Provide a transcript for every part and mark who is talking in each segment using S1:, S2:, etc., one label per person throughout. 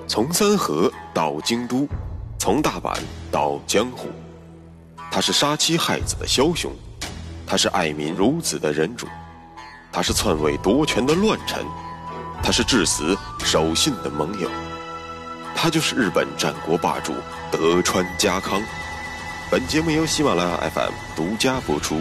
S1: 从三河到京都，从大阪到江湖，他是杀妻害子的枭雄，他是爱民如子的仁主，他是篡位夺权的乱臣，他是至死守信的盟友，他就是日本战国霸主德川家康。本节目由喜马拉雅 FM 独家播出。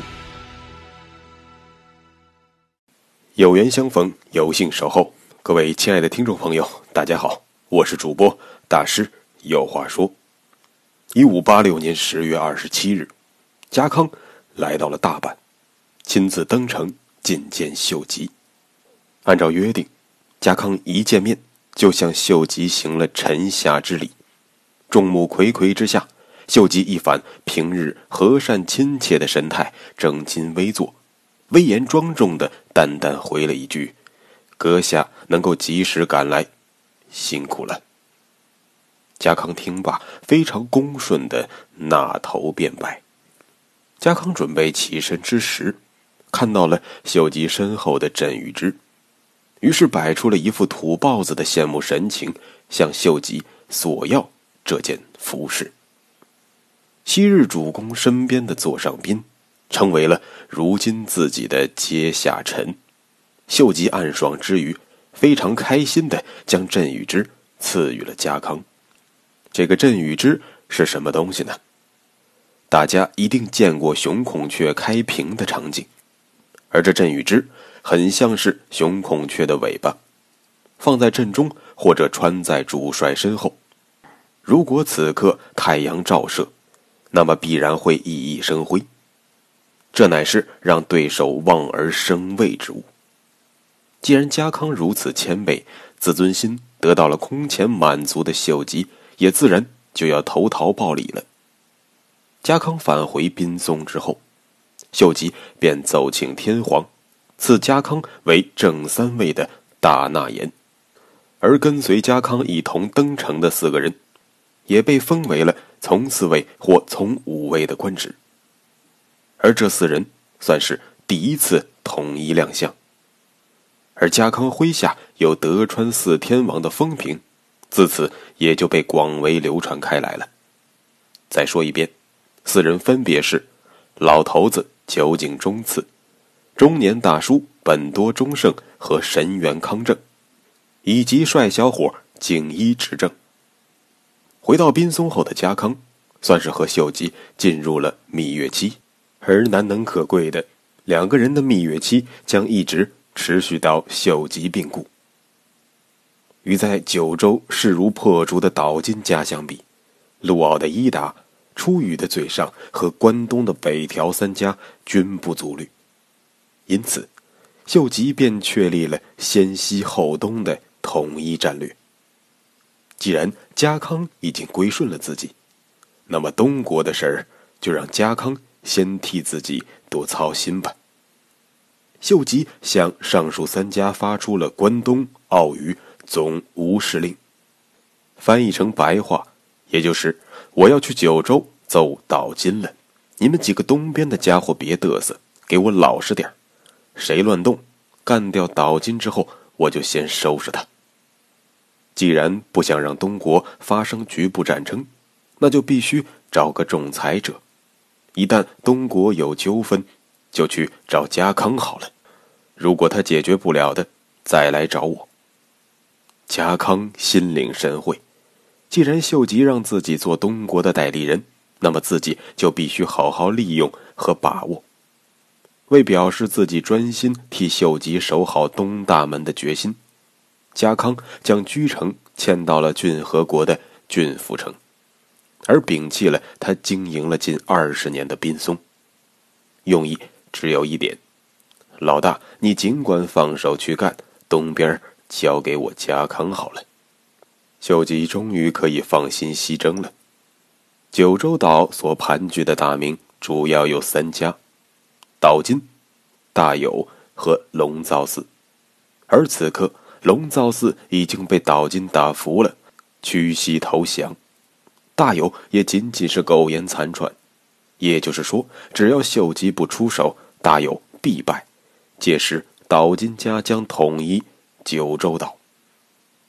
S1: 有缘相逢，有幸守候。各位亲爱的听众朋友，大家好，我是主播大师，有话说。1586年10月27日，家康来到了大阪，亲自登城觐见秀吉。按照约定，家康一见面就向秀吉行了臣下之礼。众目睽睽之下，秀吉一反平日和善亲切的神态，正襟危坐，威严庄重地淡淡回了一句：阁下能够及时赶来，辛苦了。家康听罢，非常恭顺地纳头便拜。家康准备起身之时，看到了秀吉身后的镇宇之，于是摆出了一副土包子的羡慕神情，向秀吉索要这件服饰。昔日主公身边的座上宾，成为了如今自己的阶下臣。秀吉暗爽之余，非常开心地将镇宇之赐予了家康。这个镇宇之是什么东西呢？大家一定见过熊孔雀开屏的场景，而这镇宇之很像是熊孔雀的尾巴，放在阵中或者穿在主帅身后。如果此刻太阳照射，那么必然会熠熠生辉，这乃是让对手望而生畏之物。既然家康如此谦卑，自尊心得到了空前满足的秀吉，也自然就要投桃报李了。家康返回滨松之后，秀吉便奏请天皇，赐家康为正三位的大纳言，而跟随家康一同登城的4个人，也被封为了从4位或从5位的官职。而这4人算是第一次统一亮相。而家康麾下有德川4天王的风评，自此也就被广为流传开来了。再说一遍，4人分别是老头子酒井忠次、中年大叔本多忠胜和神原康正，以及帅小伙景一直正。回到滨松后的家康，算是和秀吉进入了蜜月期，而难能可贵的，2个人的蜜月期将一直持续到秀吉病故。与在九州势如破竹的岛津家相比，陆奥的伊达、出羽的嘴上和关东的北条3家均不足虑，因此秀吉便确立了先西后东的统一战略。既然家康已经归顺了自己，那么东国的事儿就让家康先替自己多操心吧。秀吉向上述3家发出了关东、奥羽总无事令，翻译成白话，也就是我要去九州奏岛津了，你们几个东边的家伙别嘚瑟，给我老实点，谁乱动，干掉岛津之后，我就先收拾他。既然不想让东国发生局部战争，那就必须找个仲裁者，一旦东国有纠纷，就去找家康好了，如果他解决不了的，再来找我。家康心领神会，既然秀吉让自己做东国的代理人，那么自己就必须好好利用和把握。为表示自己专心替秀吉守好东大门的决心，家康将居城迁到了骏河国的骏府城，而摒弃了他经营了近20年的滨松。用意只有一点，老大，你尽管放手去干，东边交给我家康好了。秀吉终于可以放心西征了。九州岛所盘踞的大名主要有3家：岛津、大有和龙造寺。而此刻龙造寺已经被岛津打服了，屈膝投降。大有也仅仅是苟延残喘，也就是说，只要秀吉不出手，大有必败，届时岛津家将统一九州岛。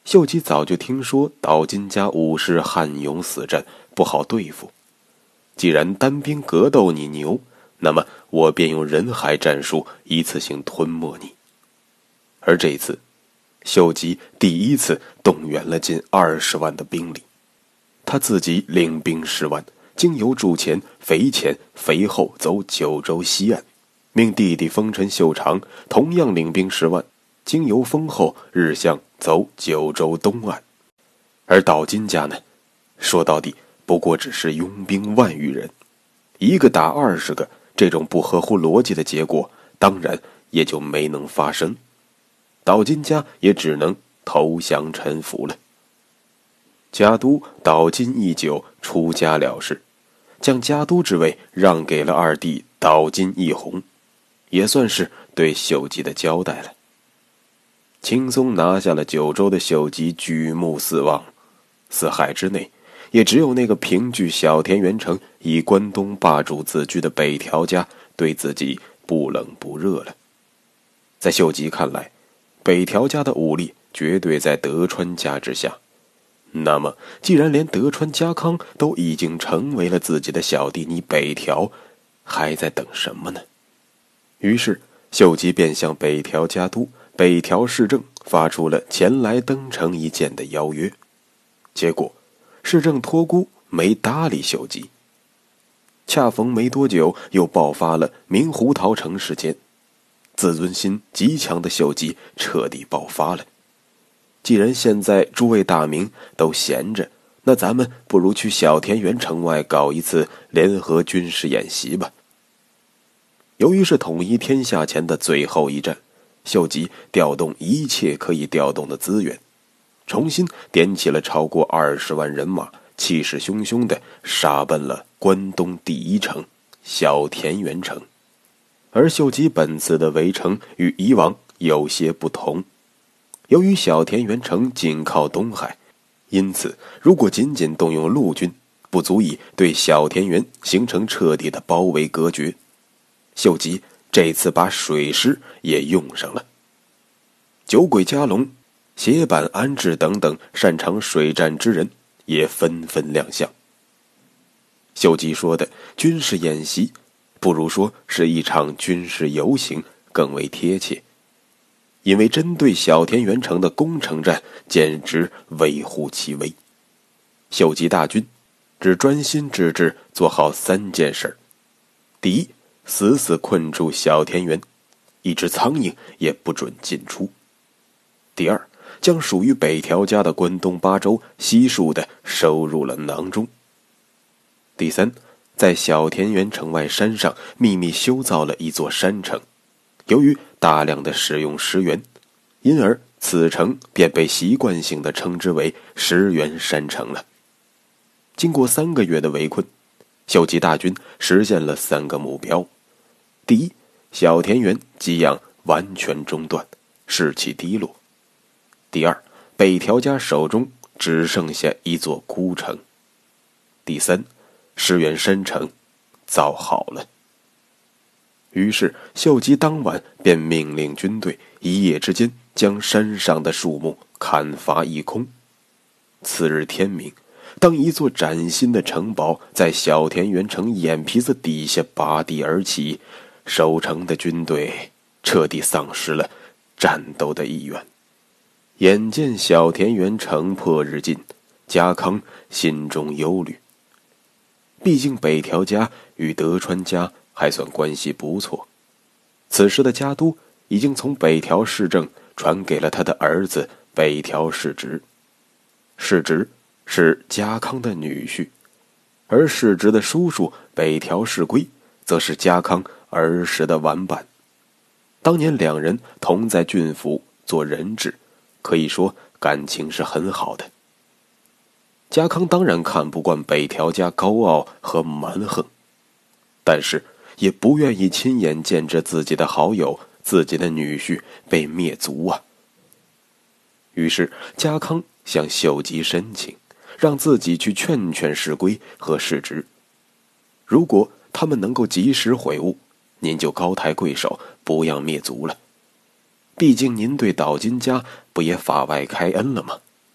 S1: 秀吉早就听说岛津家武士悍勇死战，不好对付。既然单兵格斗你牛，那么我便用人海战术一次性吞没你。而这一次，秀吉第一次动员了近20万的兵力，他自己领兵10万，经由筑前、肥前、肥后走九州西岸，命弟弟丰臣秀长同样领兵10万，经由丰后日向走九州东岸。而岛津家呢，说到底不过只是拥兵10000余人，一个打20个，这种不合乎逻辑的结果当然也就没能发生。岛津家也只能投降臣服了。家督岛津义久出家了事，将家督之位让给了二弟岛津义弘，也算是对秀吉的交代了。轻松拿下了九州的秀吉举目四望，四海之内也只有那个凭据小田原城以关东霸主自居的北条家对自己不冷不热了。在秀吉看来，北条家的武力绝对在德川家之下，那么既然连德川家康都已经成为了自己的小弟，你北条还在等什么呢？于是秀吉便向北条家督、北条氏政发出了前来登城一见的邀约。结果氏政托孤没搭理秀吉。恰逢没多久又爆发了明胡桃城事件，自尊心极强的秀吉彻底爆发了。既然现在诸位大名都闲着，那咱们不如去小田原城外搞一次联合军事演习吧。由于是统一天下前的最后一战，秀吉调动一切可以调动的资源，重新点起了超过20万人马，气势汹汹地杀奔了关东第一城小田原城。而秀吉本次的围城与以往有些不同，由于小田原城紧靠东海，因此如果仅仅动用陆军，不足以对小田原形成彻底的包围隔绝。秀吉这次把水师也用上了，酒鬼加隆、斜坂安治等等擅长水战之人也纷纷亮相。秀吉说的军事演习，不如说是一场军事游行更为贴切，因为针对小田原城的攻城战简直微乎其微。秀吉大军只专心致志做好3件事：第一，死死困住小田原，一只苍蝇也不准进出；第二，将属于北条家的关东8州悉数地收入了囊中；第三，在小田原城外山上秘密修造了一座山城，由于大量的使用石原，因而此城便被习惯性地称之为石原山城了。经过3个月的围困，秀吉大军实现了3个目标：第一，小田原给养完全中断，士气低落；第二，北条家手中只剩下一座孤城；第三，石原山城造好了。于是秀吉当晚便命令军队一夜之间将山上的树木砍伐一空。次日天明，当一座崭新的城堡在小田原城眼皮子底下拔地而起，守城的军队彻底丧失了战斗的意愿。眼见小田原城破日近，家康心中忧虑。毕竟北条家与德川家还算关系不错，此时的家督已经从北条氏政传给了他的儿子北条氏直。氏直是家康的女婿，而氏直的叔叔北条氏规则是家康儿时的玩伴。当年2人同在郡府做人质，可以说感情是很好的。家康当然看不惯北条家高傲和蛮横，但是也不愿意亲眼见着自己的好友、自己的女婿被灭族啊。于是家康向秀吉申请，让自己去劝劝氏规和氏直，如果他们能够及时悔悟，您就高抬贵手，不要灭族了。毕竟您对岛津家不也法外开恩了吗？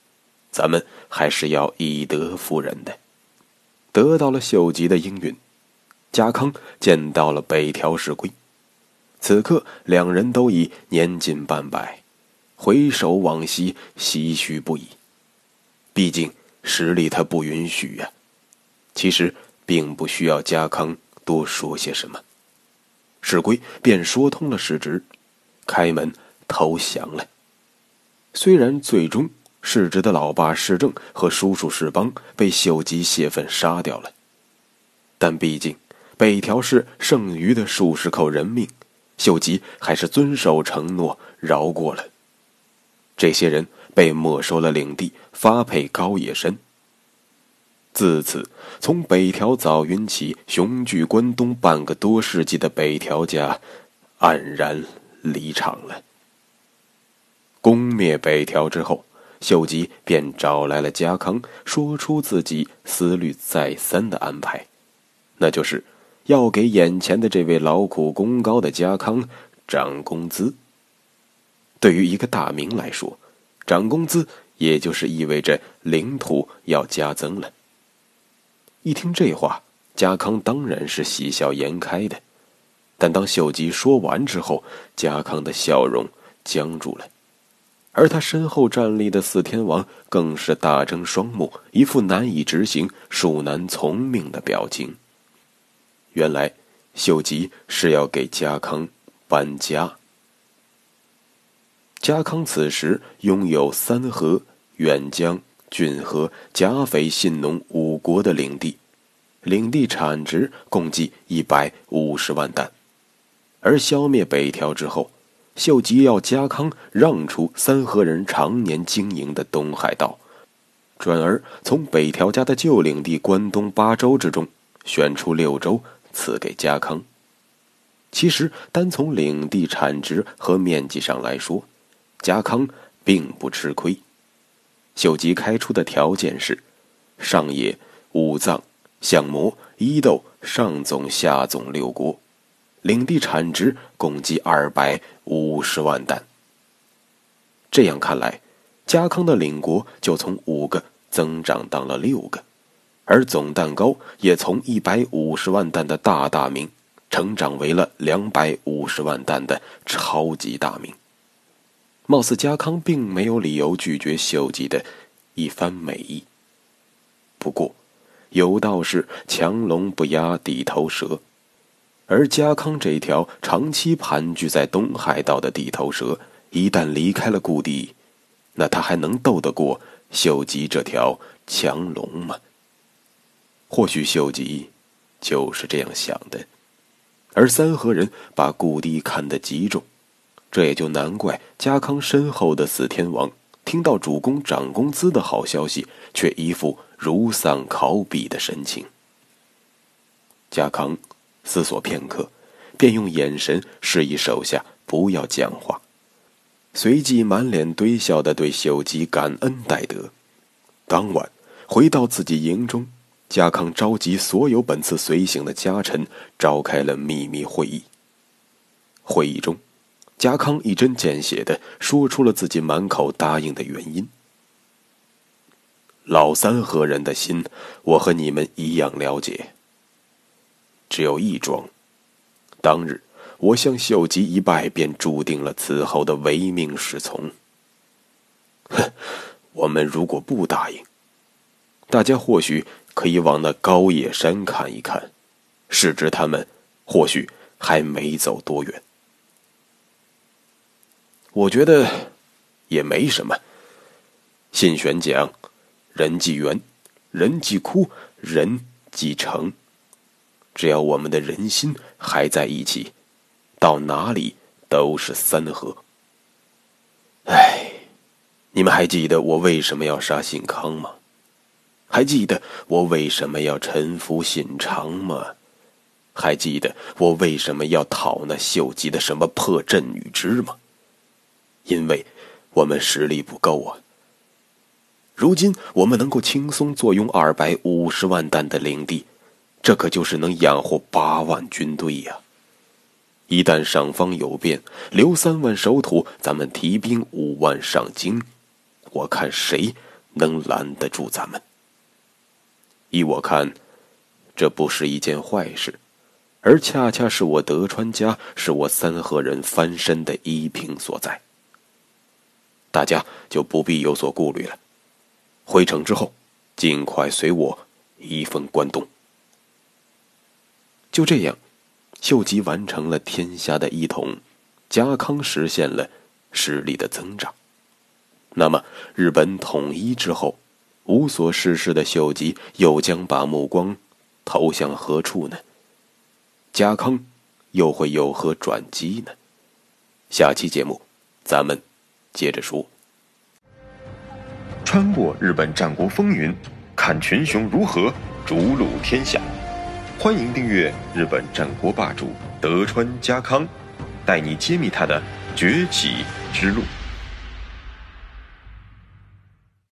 S1: 咱们还是要以德服人的。得到了秀吉的应允，家康见到了北条氏规。此刻两人都已年近半百，回首往昔，唏嘘不已。毕竟实力他不允许呀。其实并不需要家康多说些什么，氏规便说通了事直，开门投降了。虽然最终世直的老爸世正和叔叔世邦被秀吉泄愤杀掉了，但毕竟北条氏剩余的数十口人命，秀吉还是遵守承诺饶过了。这些人被没收了领地，发配高野山。自此，从北条早云起雄踞关东半个多世纪的北条家黯然离场了。攻灭北条之后，秀吉便找来了家康，说出自己思虑再三的安排，那就是要给眼前的这位劳苦功高的家康涨工资。对于一个大名来说，涨工资也就是意味着领土要加增了。一听这话，家康当然是喜笑颜开的，但当秀吉说完之后，家康的笑容僵住了，而他身后站立的四天王更是大睁双目，一副难以执行、恕难从命的表情。原来秀吉是要给家康搬家。家康此时拥有三河、远江、骏河、甲斐、信浓5国的领地，领地产值共计150万担。而消灭北条之后，秀吉要家康让出三河人常年经营的东海道，转而从北条家的旧领地关东8州之中选出6州赐给家康。其实单从领地产值和面积上来说，家康并不吃亏。秀吉开出的条件是上野、武藏、相模、伊豆、上总、下总6国，领地产值共计250万担。这样看来，家康的领国就从5个增长到了6个，而总蛋糕也从150万担的大名成长为了250万担的超级大名。貌似家康并没有理由拒绝秀吉的一番美意。不过有道是强龙不压地头蛇，而家康这条长期盘踞在东海道的地头蛇，一旦离开了故地，那他还能斗得过秀吉这条强龙吗？或许秀吉就是这样想的。而三河人把故地看得极重，这也就难怪家康身后的四天王听到主公涨工资的好消息，却一副如丧考妣的神情。家康思索片刻，便用眼神示意手下不要讲话，随即满脸堆笑地对秀吉感恩戴德。当晚回到自己营中，家康召集所有本次随行的家臣，召开了秘密会议。会议中，家康一针见血地说出了自己满口答应的原因。老三河人的心，我和你们一样了解，只有一桩。当日我向秀吉一拜，便注定了此后的唯命是从。我们如果不答应，大家或许可以往那高野山看一看，是知他们或许还没走多远。我觉得也没什么。信玄讲，人即圆，人即枯，人即成。只要我们的人心还在一起，到哪里都是三河。你们还记得我为什么要杀信康吗？还记得我为什么要臣服信长吗？还记得我为什么要讨那秀吉的什么破镇女之吗？因为我们实力不够啊。如今我们能够轻松坐拥250万担的领地，这可就是能养活8万军队呀。一旦上方有变，留3万守土，咱们提兵5万上京，我看谁能拦得住咱们。依我看，这不是一件坏事，而恰恰是我德川家，是我三河人翻身的依凭所在。大家就不必有所顾虑了。回城之后，尽快随我一封关东。就这样，秀吉完成了天下的一统，家康实现了实力的增长。那么，日本统一之后，无所事事的秀吉又将把目光投向何处呢？家康又会有何转机呢？下期节目咱们接着说。
S2: 穿过日本战国风云，看群雄如何逐鹿天下。欢迎订阅日本战国霸主德川家康，带你揭秘他的崛起之路。